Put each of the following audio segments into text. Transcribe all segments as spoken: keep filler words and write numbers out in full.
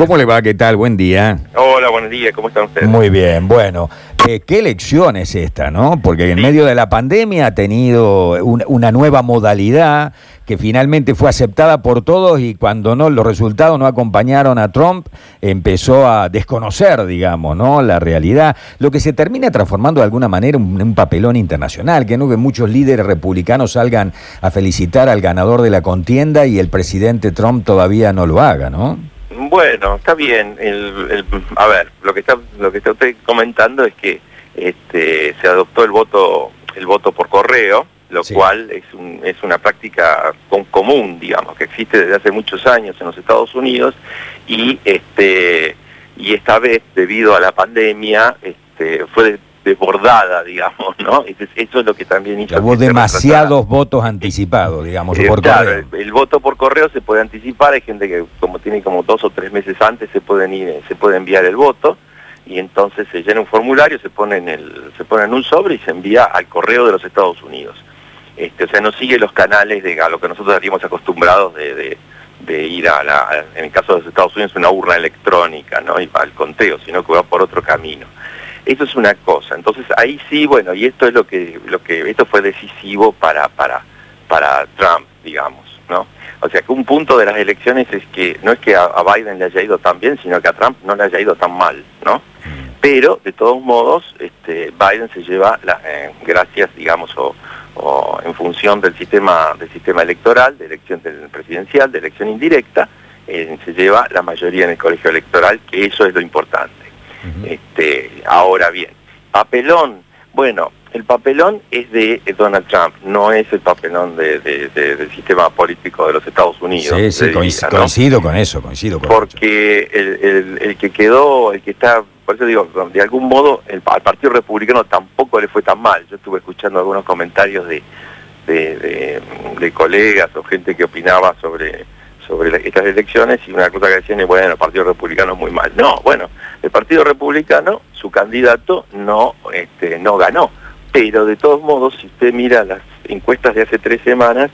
¿Cómo le va? ¿Qué tal? Buen día. Hola, buenos días. ¿Cómo están ustedes? Muy bien. Bueno, eh, ¿qué elección es esta, no? Porque en Sí. medio de la pandemia ha tenido un, una nueva modalidad que finalmente fue aceptada por todos y cuando no los resultados no acompañaron a Trump, empezó a desconocer, digamos, ¿no? La realidad. Lo que se termina transformando de alguna manera en un, un papelón internacional, que no que muchos líderes republicanos salgan a felicitar al ganador de la contienda y el presidente Trump todavía no lo haga, ¿no? Bueno, está bien. El, el, a ver, lo que está lo que está usted comentando es que este, se adoptó el voto el voto por correo, lo Sí. cual es un, es una práctica con, común, digamos, que existe desde hace muchos años en los Estados Unidos y este y esta vez debido a la pandemia este, fue desbordada, digamos, ¿no? Eso es lo que también hizo. Hubo demasiados votos anticipados, digamos, Eh, por claro, correo. el, el voto por correo se puede anticipar, hay gente que como tiene como dos o tres meses antes se pueden ir, se puede enviar el voto y entonces se llena un formulario, se pone en el, se pone en un sobre y se envía al correo de los Estados Unidos. Este, o sea, no sigue los canales de a lo que nosotros estaríamos acostumbrados de, de, de ir a la, en el caso de los Estados Unidos, una urna electrónica, ¿no? Y para el conteo, sino que va por otro camino. Eso es una cosa. Entonces ahí sí, bueno, y esto es lo que, lo que, esto fue decisivo para, para, para Trump, digamos, ¿no? O sea que un punto de las elecciones es que no es que a, a Biden le haya ido tan bien, sino que a Trump no le haya ido tan mal, ¿no? Pero de todos modos, este, Biden se lleva, la, eh, gracias, digamos, o, o en función del sistema, del sistema electoral, de elección del presidencial, de elección indirecta, eh, se lleva la mayoría en el colegio electoral, que eso es lo importante. Uh-huh. Este, ahora bien, papelón, bueno, el papelón es de Donald Trump, no es el papelón de, de, de, del sistema político de los Estados Unidos. Sí, sí, diría, ¿no? coincido con eso, coincido con Porque el, el, el que quedó, el que está, por eso digo, de algún modo el, al Partido Republicano tampoco le fue tan mal. Yo estuve escuchando algunos comentarios de, de, de, de colegas o gente que opinaba sobre... sobre estas elecciones y una cosa que decían es, bueno, el Partido Republicano es muy mal. No, bueno, el Partido Republicano, su candidato no, este, no ganó, pero de todos modos, si usted mira las encuestas de hace tres semanas,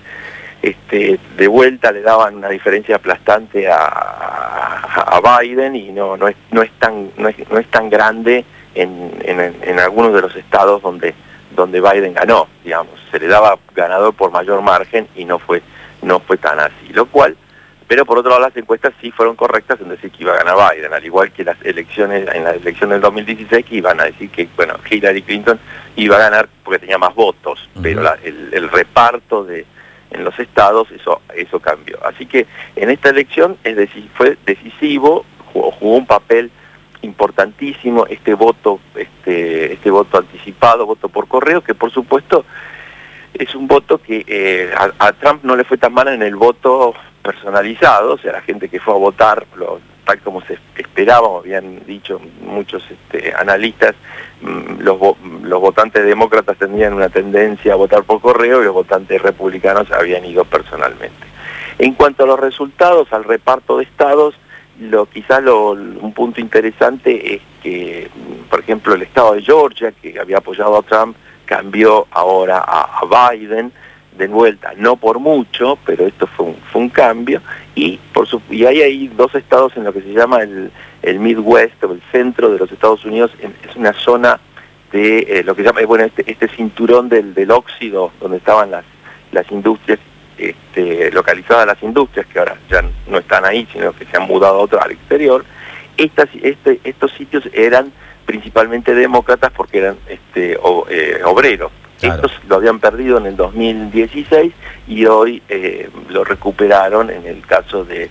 este, de vuelta le daban una diferencia aplastante a, a, a Biden y no, no, es, no, es tan, no, es, no es tan grande en, en, en algunos de los estados donde, donde Biden ganó, digamos, se le daba ganador por mayor margen y no fue, no fue tan así, lo cual... Pero por otro lado las encuestas sí fueron correctas en decir que iba a ganar Biden, al igual que las elecciones, en la elección del dos mil dieciséis que iban a decir que, bueno, Hillary Clinton iba a ganar porque tenía más votos, uh-huh. pero la, el, el reparto de en los estados, eso eso cambió. Así que en esta elección es decir, fue decisivo, jugó, jugó un papel importantísimo este voto, este, este voto anticipado, voto por correo, que por supuesto es un voto que eh, a, a Trump no le fue tan mal en el voto personalizado, o sea, la gente que fue a votar, lo, tal como se esperaba, habían dicho muchos este, analistas, mmm, los, los votantes demócratas tendrían una tendencia a votar por correo y los votantes republicanos habían ido personalmente. En cuanto a los resultados, al reparto de estados, lo quizás lo, un punto interesante es que, por ejemplo, el estado de Georgia, que había apoyado a Trump, cambió ahora a, a Biden, de vuelta, no por mucho, pero esto fue un, fue un cambio, y por su, y hay ahí dos estados en lo que se llama el, el Midwest, o el centro de los Estados Unidos, en, es una zona de eh, lo que se llama, bueno, este, este cinturón del, del óxido, donde estaban las, las industrias, este, localizadas las industrias, que ahora ya no están ahí, sino que se han mudado a otro, al exterior. Estas, este, estos sitios eran principalmente demócratas porque eran este, o, eh, obreros. Claro. Estos lo habían perdido en el dos mil dieciséis y hoy eh, lo recuperaron en el caso de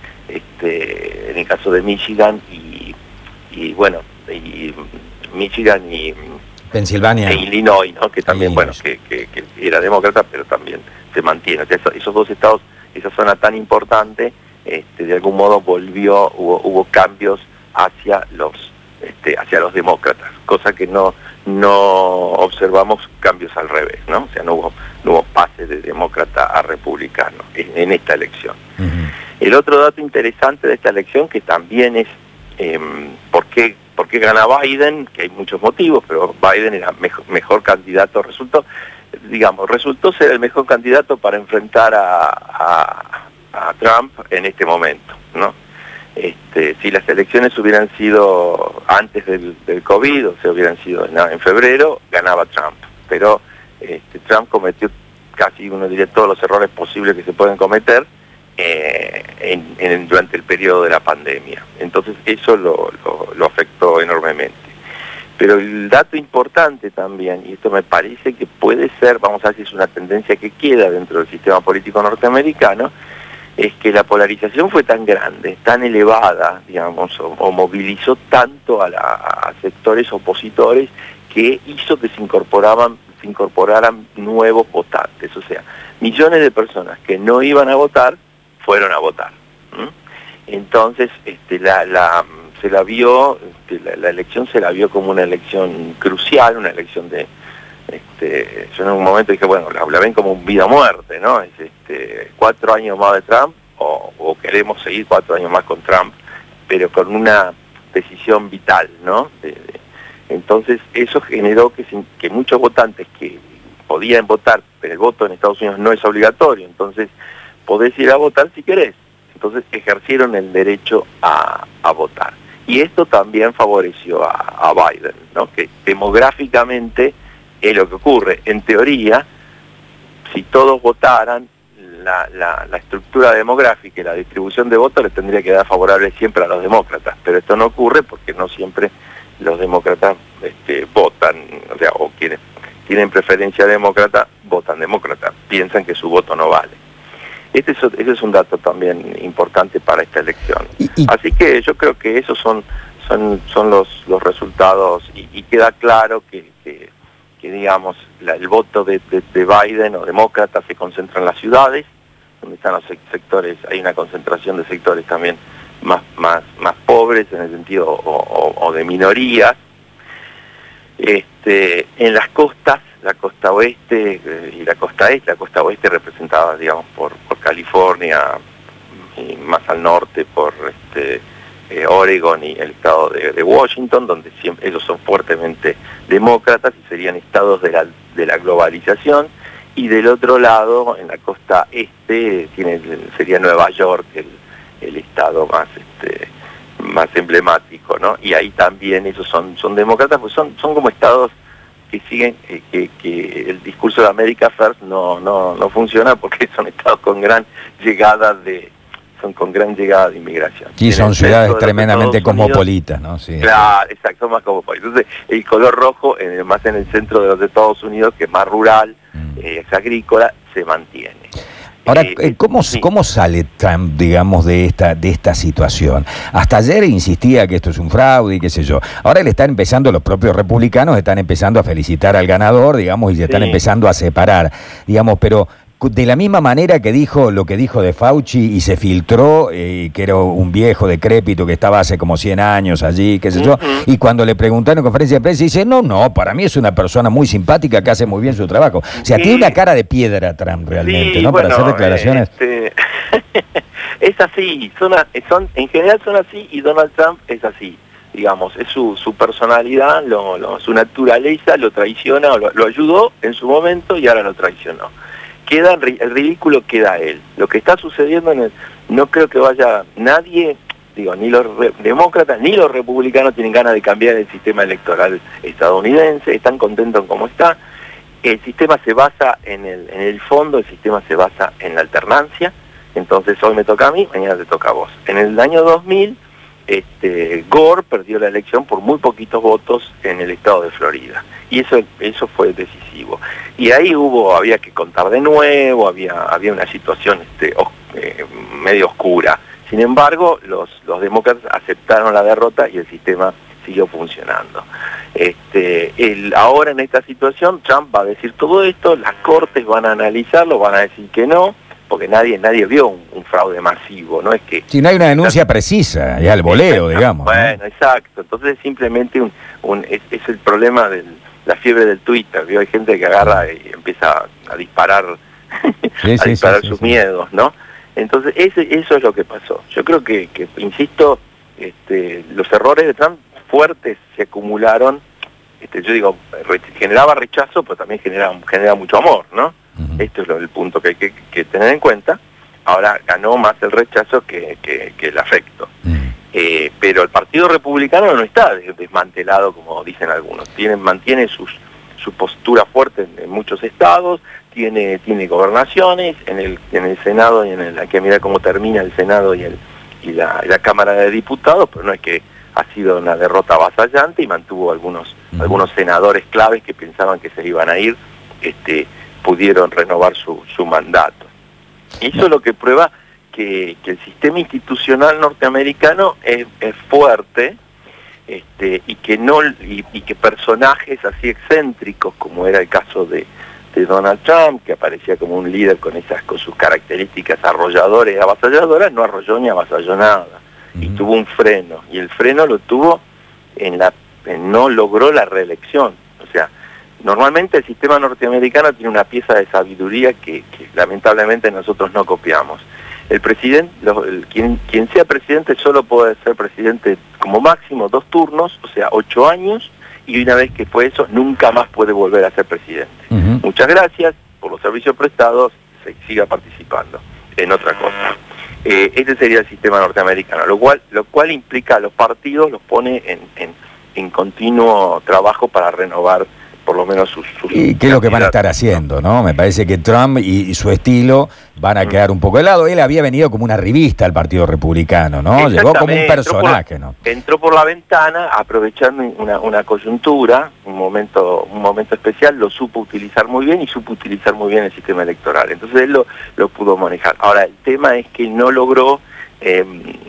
este, en el caso de Michigan y, y bueno, y Michigan y Pensilvania e Illinois, ¿no? Que también, Illinois. bueno, que, que, que era demócrata, pero también se mantiene. O sea, esos, esos dos estados, esa zona tan importante, este, de algún modo volvió, hubo, hubo cambios hacia los este, hacia los demócratas, cosa que no no observamos cambios al revés, ¿no? O sea, no hubo, no hubo pase de demócrata a republicano en, en esta elección. Uh-huh. El otro dato interesante de esta elección, que también es eh, por qué, por qué gana Biden, que hay muchos motivos, pero Biden era mejor, mejor candidato, resultó, digamos, resultó ser el mejor candidato para enfrentar a, a, a Trump en este momento, ¿no? Este, si las elecciones hubieran sido antes del, del COVID, o sea, hubieran sido en, en febrero, ganaba Trump. Pero este, Trump cometió casi, uno diría, todos los errores posibles que se pueden cometer eh, en, en, durante el periodo de la pandemia. Entonces eso lo, lo, lo afectó enormemente. Pero el dato importante también, y esto me parece que puede ser, vamos a ver si es una tendencia que queda dentro del sistema político norteamericano, es que la polarización fue tan grande, tan elevada, digamos, o, o movilizó tanto a, la, a sectores opositores que hizo que se incorporaban, se incorporaran nuevos votantes. O sea, millones de personas que no iban a votar, fueron a votar. ¿Mm? Entonces, este, la, la, se la vio, este, la, la elección se la vio como una elección crucial, una elección de... Este, yo en un momento dije, bueno, la, la ven como un vida o muerte, ¿no? Es este, cuatro años más de Trump, o, o queremos seguir cuatro años más con Trump, pero con una decisión vital, ¿no? De, de, entonces eso generó que, que muchos votantes que podían votar, pero el voto en Estados Unidos no es obligatorio, entonces podés ir a votar si querés. Entonces ejercieron el derecho a, a votar. Y esto también favoreció a, a Biden, ¿no? Que demográficamente es lo que ocurre. En teoría, si todos votaran, la, la, la estructura demográfica y la distribución de votos les tendría que dar favorable siempre a los demócratas, pero esto no ocurre porque no siempre los demócratas este, votan, o sea, o quienes tienen preferencia demócrata, votan demócrata, piensan que su voto no vale. Este es, ese es un dato también importante para esta elección. Así que yo creo que esos son, son, son los, los resultados, y, y queda claro que, que que digamos la, el voto de, de, de Biden o demócrata se concentra en las ciudades, donde están los sectores, hay una concentración de sectores también más, más, más pobres en el sentido o, o, o de minorías. Este, en las costas, la costa oeste eh, y la costa este, la costa oeste representada, digamos, por, por California, y más al norte por este, eh, Oregon y el estado de, de Washington, donde siempre, ellos son fuertemente demócratas y serían estados de la, de la globalización, y del otro lado, en la costa este, tiene, sería Nueva York el, el estado más este, más emblemático, ¿no? Y ahí también esos son, son demócratas, pues son, son como estados que siguen, eh, que, que el discurso de America First no, no, no funciona, porque son estados con gran llegada de son con gran llegada de inmigración. Sí, son ciudades tremendamente cosmopolitas, ¿no? Sí. Claro, exacto, son más cosmopolitas. Entonces, el color rojo, en, más en el centro de los Estados Unidos, que es más rural, mm. eh, es agrícola, se mantiene. Ahora, eh, ¿cómo, sí. ¿cómo sale Trump, digamos, de esta, de esta situación? Hasta ayer insistía que esto es un fraude y qué sé yo. Ahora le están empezando, los propios republicanos están empezando a felicitar al ganador, digamos, y se están sí. empezando a separar, digamos, pero de la misma manera que dijo lo que dijo de Fauci y se filtró, eh, que era un viejo decrépito que estaba hace como cien años allí, qué sé yo, uh-huh. y cuando le preguntaron en conferencia de prensa, dice, no, no, para mí es una persona muy simpática que hace muy bien su trabajo. O sea, sí. tiene una cara de piedra Trump realmente, sí, ¿no? Bueno, para hacer declaraciones. Este... es así, son, son, en general son así, y Donald Trump es así. Digamos, es su, su personalidad, lo, lo, su naturaleza lo traiciona, o lo, lo ayudó en su momento y ahora lo traicionó. Queda el ridículo, queda él. Lo que está sucediendo en el, no creo que vaya nadie, digo, ni los re, demócratas ni los republicanos tienen ganas de cambiar el sistema electoral estadounidense, están contentos como está. El sistema se basa en el, en el fondo, el sistema se basa en la alternancia, entonces hoy me toca a mí, mañana te toca a vos. En el año dos mil, este, Gore perdió la elección por muy poquitos votos en el estado de Florida. Y eso eso fue decisivo. Y ahí hubo, había que contar de nuevo, había había una situación este, os, eh, medio oscura. Sin embargo, los, los demócratas aceptaron la derrota y el sistema siguió funcionando. Este, el, ahora en esta situación, Trump va a decir todo esto, las cortes van a analizarlo, van a decir que no, porque nadie nadie vio un, un fraude masivo, no es que... Si no hay una denuncia precisa, ya el voleo, digamos. Bueno, ¿no? Exacto, entonces es simplemente un, un es, es el problema de la fiebre del Twitter, ¿vio? Hay gente que agarra y empieza a, a disparar, sí, a sí, disparar sí, sus sí, miedos, ¿no? Entonces ese, eso es lo que pasó. Yo creo que, que insisto, este, los errores de Trump fuertes se acumularon, este, yo digo, re, generaba rechazo, pero también genera, genera mucho amor, ¿no? Esto es lo, el punto que hay que, que tener en cuenta. Ahora ganó más el rechazo que, que, que el afecto. Mm. Eh, pero el Partido Republicano no está desmantelado como dicen algunos, tiene, mantiene sus, su postura fuerte en, en muchos estados, tiene, tiene gobernaciones, en el, en el Senado, y en el, hay que mirar cómo termina el Senado y, el, y la, la Cámara de Diputados, pero no es que ha sido una derrota avasallante, y mantuvo algunos, uh-huh. algunos senadores claves que pensaban que se iban a ir, este, pudieron renovar su, su mandato. Y eso es lo que prueba que, que el sistema institucional norteamericano es, es fuerte, este, y que no y, y que personajes así excéntricos, como era el caso de, de Donald Trump, que aparecía como un líder con esas con sus características arrolladoras y avasalladoras, no arrolló ni avasalló nada, uh-huh. y tuvo un freno, y el freno lo tuvo en la en no logró la reelección. O sea, normalmente el sistema norteamericano tiene una pieza de sabiduría que, que lamentablemente nosotros no copiamos. El presidente, lo, el, quien, quien sea presidente solo puede ser presidente como máximo dos turnos, o sea, ocho años, y una vez que fue eso, nunca más puede volver a ser presidente. Uh-huh. Muchas gracias por los servicios prestados, se siga participando en otra cosa. Eh, este sería el sistema norteamericano, lo cual, lo cual implica a los partidos, los pone en, en, en continuo trabajo para renovar por lo menos sus... sus ¿Y qué es lo que van a estar haciendo, no? Me parece que Trump y, y su estilo van a quedar un poco de lado. Él había venido como una revista al Partido Republicano, ¿no? Llegó como un personaje, entró por, ¿no? Entró por la ventana aprovechando una, una coyuntura, un momento, un momento especial, lo supo utilizar muy bien y supo utilizar muy bien el sistema electoral. Entonces él lo, lo pudo manejar. Ahora, el tema es que no logró... Eh,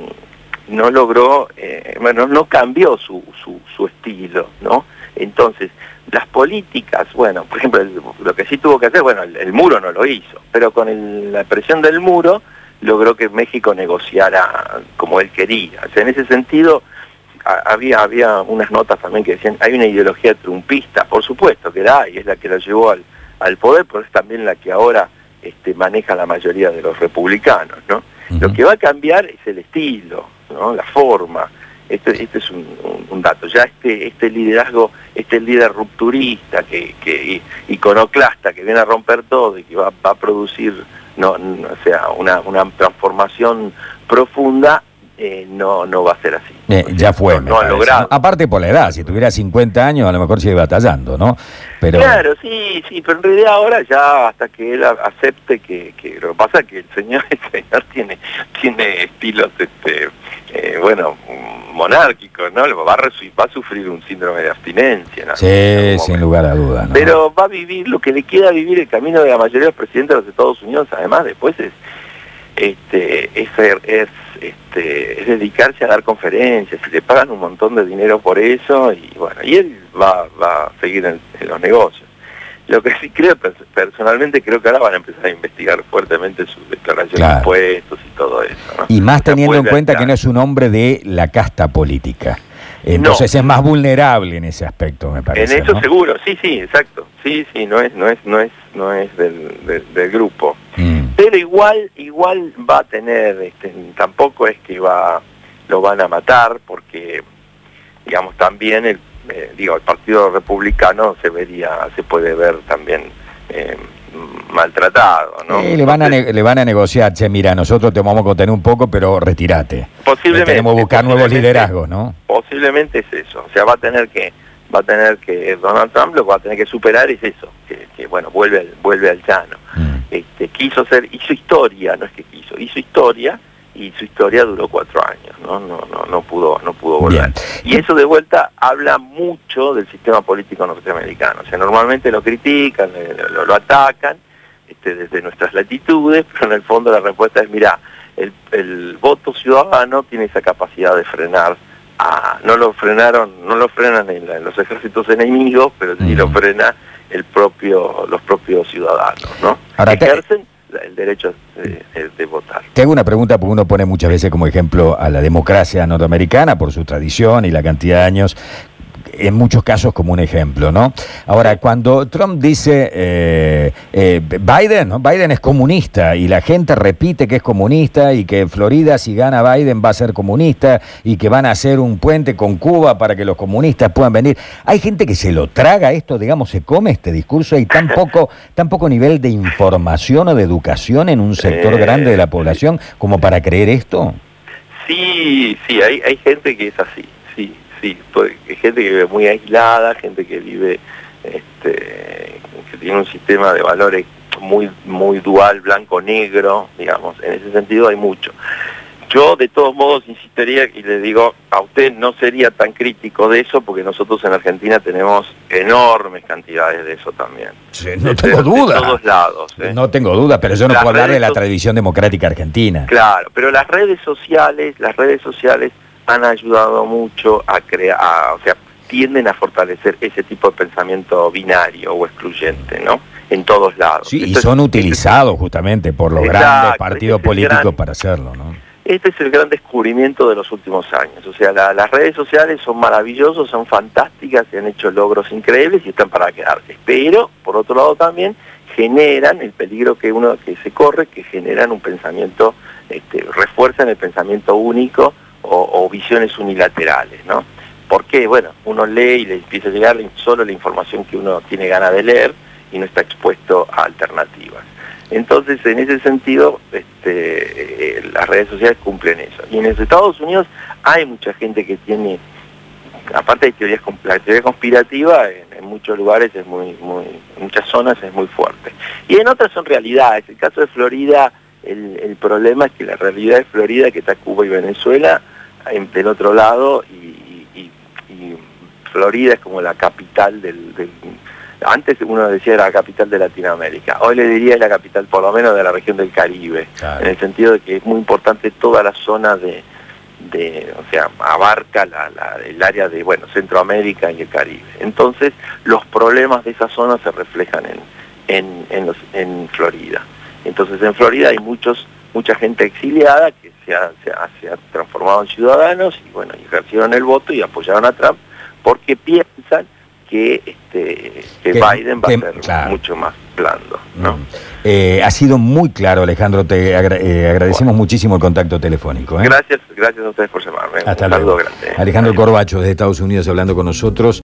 no logró, eh, bueno, no cambió su, su, su estilo, ¿no? Entonces, las políticas, bueno, por ejemplo, el, lo que sí tuvo que hacer, bueno, el, el muro no lo hizo, pero con el, la presión del muro logró que México negociara como él quería. O sea, en ese sentido, a, había había unas notas también que decían, hay una ideología trumpista, por supuesto que la hay, es la que la llevó al, al poder, pero es también la que ahora este, maneja la mayoría de los republicanos, ¿no? Uh-huh. Lo que va a cambiar es el estilo, ¿no? La forma. Este, este es un, un, un dato. Ya este, este liderazgo, este líder rupturista, que, que iconoclasta, que viene a romper todo y que va, va a producir, no, no, o sea, una, una transformación profunda, eh, no, no va a ser así. Eh, o sea, ya fue, no, no ha logrado. Aparte por la edad, si tuviera cincuenta años a lo mejor sigue batallando, ¿no? Pero... Claro, sí, sí, pero en realidad ahora ya hasta que él acepte que, que lo que pasa es que el señor, el señor tiene, tiene estilos, este, eh, bueno, monárquicos, ¿no? Va a, va a sufrir un síndrome de abstinencia, ¿no? Sí, sin lugar a dudas, ¿no? Pero va a vivir lo que le queda vivir el camino de la mayoría de los presidentes de los Estados Unidos, además después es este es, es este es dedicarse a dar conferencias, y le pagan un montón de dinero por eso, y bueno, y él va, va a seguir en, en los negocios. Lo que sí creo, personalmente creo que ahora van a empezar a investigar fuertemente sus declaraciones claro. de impuestos y todo eso, ¿no? Y más teniendo en cuenta que no es un hombre de la casta política. Entonces no. es más vulnerable en ese aspecto, me parece. En eso ¿no? seguro, sí, sí, exacto. Sí, sí, no es, no es, no es, no es del, del, del grupo. Mm. Pero igual, igual va a tener, este, tampoco es que va, lo van a matar, porque, digamos, también el, eh, digo, el Partido Republicano se vería, se puede ver también eh, maltratado, ¿no? Sí, le van a le van a negociar, che, mira, nosotros te vamos a contener un poco, pero retírate. Posiblemente. Tenemos que buscar nuevos liderazgos, ¿no? Posiblemente es eso, o sea, va a tener que va a tener que Donald Trump lo que va a tener que superar es eso, que, que bueno, vuelve al, vuelve al llano. Mm. Este, quiso ser, hizo historia, no es que quiso, hizo historia, y su historia duró cuatro años, no, no, no, no pudo, no pudo volver. Bien. Y eso de vuelta habla mucho del sistema político norteamericano. O sea, normalmente lo critican, lo, lo atacan, este, desde nuestras latitudes, pero en el fondo la respuesta es, mira, el, el voto ciudadano tiene esa capacidad de frenar. A, no lo frenaron, no lo frenan en, la, en los ejércitos enemigos, pero sí mm. lo frena el propio, los propios ciudadanos, ¿no? Ahora, ejercen te... el derecho de, de, de votar. Te hago una pregunta, porque uno pone muchas veces como ejemplo a la democracia norteamericana por su tradición y la cantidad de años, en muchos casos como un ejemplo, ¿no? Ahora, cuando Trump dice eh, eh, Biden, ¿no? Biden es comunista, y la gente repite que es comunista, y que Florida, si gana Biden, va a ser comunista, y que van a hacer un puente con Cuba para que los comunistas puedan venir. Hay gente que se lo traga esto, digamos, se come este discurso. Hay tan poco, tan poco nivel de información o de educación en un sector eh, grande de la población como para creer esto. Sí, sí, hay, hay gente que es así, sí, sí, hay gente que vive muy aislada, gente que vive, este, que tiene un sistema de valores muy, muy dual, blanco-negro, digamos, en ese sentido hay mucho. Yo de todos modos insistiría y le digo, a usted no sería tan crítico de eso porque nosotros en Argentina tenemos enormes cantidades de eso también. Sí, no tengo duda. De todos lados. ¿eh? No tengo duda, pero yo no las puedo hablar de la so tradición democrática argentina. Claro, pero las redes sociales, las redes sociales han ayudado mucho a crear, o sea, tienden a fortalecer ese tipo de pensamiento binario o excluyente, ¿no? En todos lados. Sí, Esto y son es, utilizados es, justamente por los exacto, grandes partidos este políticos gran, para hacerlo, ¿no? Este es el gran descubrimiento de los últimos años. O sea, la, las redes sociales son maravillosas, son fantásticas, se han hecho logros increíbles y están para quedarse. Pero, por otro lado también, generan el peligro que uno que se corre, que generan un pensamiento, este, refuerzan el pensamiento único o, o visiones unilaterales, ¿no? ¿Por qué? Bueno, uno lee y le empieza a llegar solo la información que uno tiene ganas de leer y no está expuesto a alternativas. Entonces, en ese sentido, este, eh, las redes sociales cumplen eso. Y en los Estados Unidos hay mucha gente que tiene, aparte de teorías, la teoría conspirativa, en, en muchos lugares es muy, muy, en muchas zonas es muy fuerte. Y en otras son realidades. El caso de Florida, el, el problema es que la realidad de Florida, que está Cuba y Venezuela, en, del otro lado, y, y, y Florida es como la capital del... del antes uno decía era la capital de Latinoamérica, hoy le diría es la capital por lo menos de la región del Caribe, claro. En el sentido de que es muy importante toda la zona de, de o sea, abarca la, la, el área de, bueno, Centroamérica y el Caribe. Entonces, los problemas de esa zona se reflejan en, en, en, los, en Florida. Entonces, en Florida hay muchos, mucha gente exiliada que se ha, se ha, se ha transformado en ciudadanos y, bueno, ejercieron el voto y apoyaron a Trump porque piensan que, este, que, que Biden va que, a ser claro. mucho más blando, ¿no? Mm. Eh, ha sido muy claro, Alejandro, te agra eh, agradecemos bueno. muchísimo el contacto telefónico. ¿eh? Gracias, gracias a ustedes por llamarme. Hasta Un luego. saludo grande. Alejandro Corbacho, de Estados Unidos, hablando con nosotros.